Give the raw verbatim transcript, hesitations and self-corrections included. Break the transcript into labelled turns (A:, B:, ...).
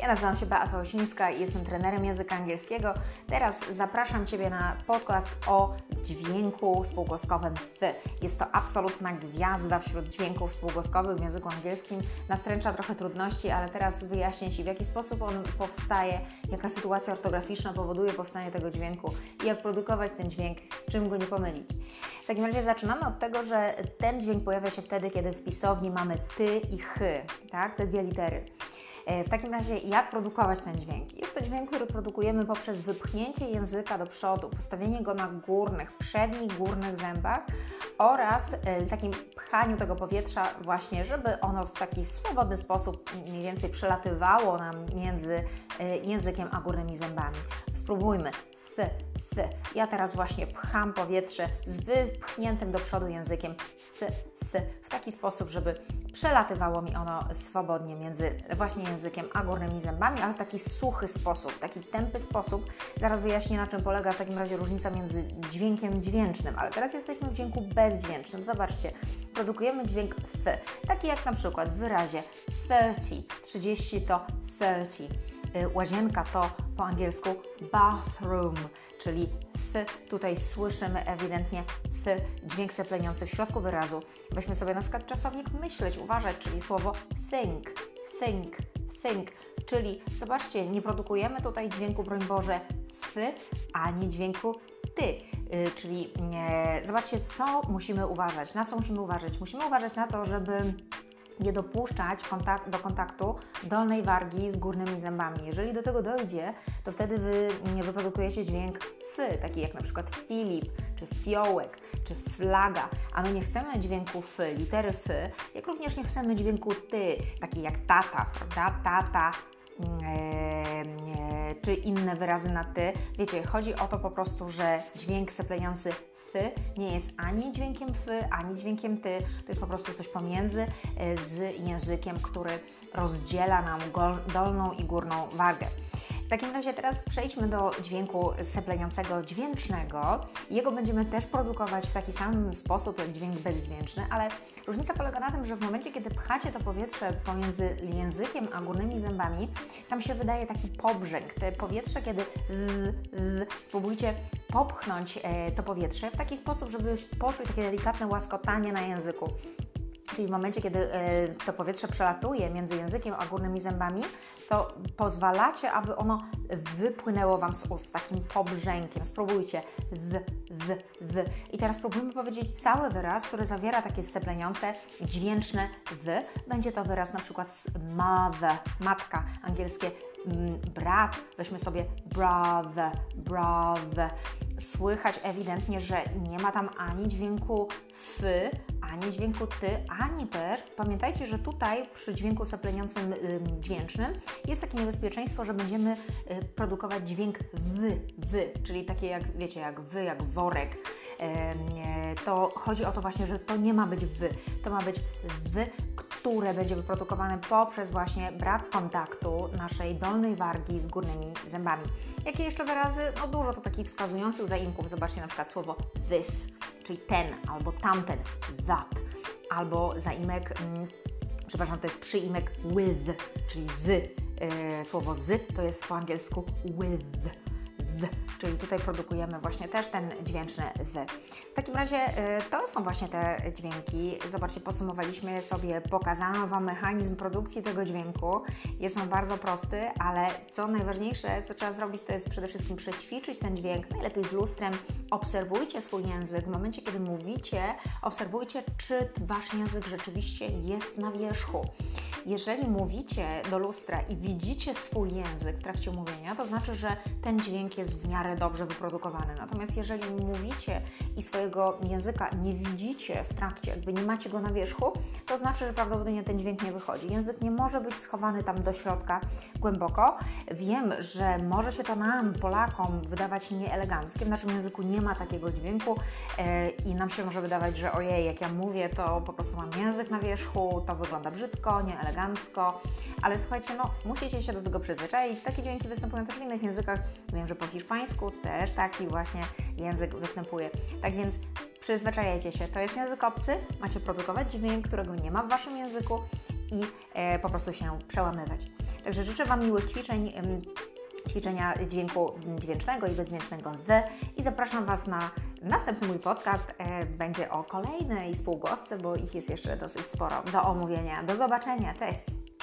A: Ja nazywam się Beata Osińska i jestem trenerem języka angielskiego. Teraz zapraszam Ciebie na podcast o dźwięku spółgłoskowym th. Jest to absolutna gwiazda wśród dźwięków spółgłoskowych w języku angielskim. Nastręcza trochę trudności, ale teraz wyjaśnię Ci, w jaki sposób on powstaje, jaka sytuacja ortograficzna powoduje powstanie tego dźwięku i jak produkować ten dźwięk, z czym go nie pomylić. W takim razie zaczynamy od tego, że ten dźwięk pojawia się wtedy, kiedy w pisowni mamy ty i chy, tak? Te dwie litery. W takim razie jak produkować ten dźwięk? Jest to dźwięk, który produkujemy poprzez wypchnięcie języka do przodu, postawienie go na górnych, przednich górnych zębach oraz takim pchaniu tego powietrza właśnie, żeby ono w taki swobodny sposób mniej więcej przelatywało nam między językiem a górnymi zębami. Spróbujmy. Th, th. Ja teraz właśnie pcham powietrze z wypchniętym do przodu językiem th, th, w taki sposób, żeby przelatywało mi ono swobodnie między właśnie językiem a górnymi zębami, ale w taki suchy sposób, w taki tępy sposób. Zaraz wyjaśnię, na czym polega w takim razie różnica między dźwiękiem dźwięcznym, ale teraz jesteśmy w dźwięku bezdźwięcznym. Zobaczcie, produkujemy dźwięk th, taki jak na przykład w wyrazie trzydzieści, trzydzieści to trzydzieści. Łazienka to po angielsku bathroom, czyli th. Tutaj słyszymy ewidentnie th, dźwięk sepleniący w środku wyrazu. Weźmy sobie na przykład czasownik myśleć, uważać, czyli słowo think, think, think, czyli zobaczcie, nie produkujemy tutaj dźwięku, broń Boże, th, ani dźwięku ty, yy, czyli yy, zobaczcie, co musimy uważać, na co musimy uważać. Musimy uważać na to, żeby nie dopuszczać kontakt, do kontaktu dolnej wargi z górnymi zębami. Jeżeli do tego dojdzie, to wtedy wy nie wyprodukujecie dźwięk f, taki jak na przykład Filip, czy fiołek, czy flaga, a my nie chcemy dźwięku f, litery f, jak również nie chcemy dźwięku ty, taki jak tata, prawda, tata, ee, czy inne wyrazy na ty. Wiecie, chodzi o to po prostu, że dźwięk sepleniący nie jest ani dźwiękiem f, ani dźwiękiem ty, to jest po prostu coś pomiędzy z językiem, który rozdziela nam dolną i górną wargę. W takim razie teraz przejdźmy do dźwięku sepleniącego dźwięcznego. Jego będziemy też produkować w taki sam sposób jak dźwięk bezdźwięczny, ale różnica polega na tym, że w momencie, kiedy pchacie to powietrze pomiędzy językiem a górnymi zębami, tam się wydaje taki pobrzęk. Te powietrze, kiedy l, l, spróbujcie popchnąć e, to powietrze w taki sposób, żeby poczuć takie delikatne łaskotanie na języku. Czyli w momencie, kiedy e, to powietrze przelatuje między językiem a górnymi zębami, to pozwalacie, aby ono wypłynęło Wam z ust takim pobrzękiem. Spróbujcie th, th, th. I teraz spróbujmy powiedzieć cały wyraz, który zawiera takie sepleniące, dźwięczne th. Będzie to wyraz na przykład mother, matka, angielskie brat, weźmy sobie brother, brother. Słychać ewidentnie, że nie ma tam ani dźwięku f, ani dźwięku ty, ani też, pamiętajcie, że tutaj przy dźwięku sepleniącym y, dźwięcznym jest takie niebezpieczeństwo, że będziemy y, produkować dźwięk w, w, czyli takie jak, wiecie, jak wy, jak worek. Y, y, to chodzi o to właśnie, że to nie ma być w, to ma być w, które będzie wyprodukowane poprzez właśnie brak kontaktu naszej dolnej wargi z górnymi zębami. Jakie jeszcze wyrazy? No dużo to takich wskazujących zaimków. Zobaczcie na przykład słowo this, czyli ten, albo tamten, that, albo zaimek, mm, przepraszam, to jest przyimek with, czyli z. Yy, słowo z to jest po angielsku with. Th, czyli tutaj produkujemy właśnie też ten dźwięczny th. W takim razie y, to są właśnie te dźwięki. Zobaczcie, podsumowaliśmy sobie, pokazałam Wam mechanizm produkcji tego dźwięku. Jest on bardzo prosty, ale co najważniejsze, co trzeba zrobić, to jest przede wszystkim przećwiczyć ten dźwięk, najlepiej z lustrem. Obserwujcie swój język. W momencie, kiedy mówicie, obserwujcie, czy Wasz język rzeczywiście jest na wierzchu. Jeżeli mówicie do lustra i widzicie swój język w trakcie mówienia, to znaczy, że ten dźwięk jest w miarę dobrze wyprodukowany. Natomiast jeżeli mówicie i swojego języka nie widzicie w trakcie, jakby nie macie go na wierzchu, to znaczy, że prawdopodobnie ten dźwięk nie wychodzi. Język nie może być schowany tam do środka głęboko. Wiem, że może się to nam, Polakom, wydawać nieeleganckie. W naszym języku nie ma takiego dźwięku yy, i nam się może wydawać, że ojej, jak ja mówię, to po prostu mam język na wierzchu, to wygląda brzydko, nieelegancko, ale słuchajcie, no musicie się do tego przyzwyczaić. Takie dźwięki występują też w innych językach. Wiem, że po hiszpańsku też taki właśnie język występuje. Tak więc przyzwyczajajcie się. To jest język obcy, macie produkować dźwięk, którego nie ma w Waszym języku i e, po prostu się przełamywać. Także życzę Wam miłych ćwiczeń, ćwiczenia dźwięku dźwięcznego i bezdźwięcznego the i zapraszam Was na następny mój podcast. Będzie o kolejnej spółgłosce, bo ich jest jeszcze dosyć sporo do omówienia. Do zobaczenia, cześć!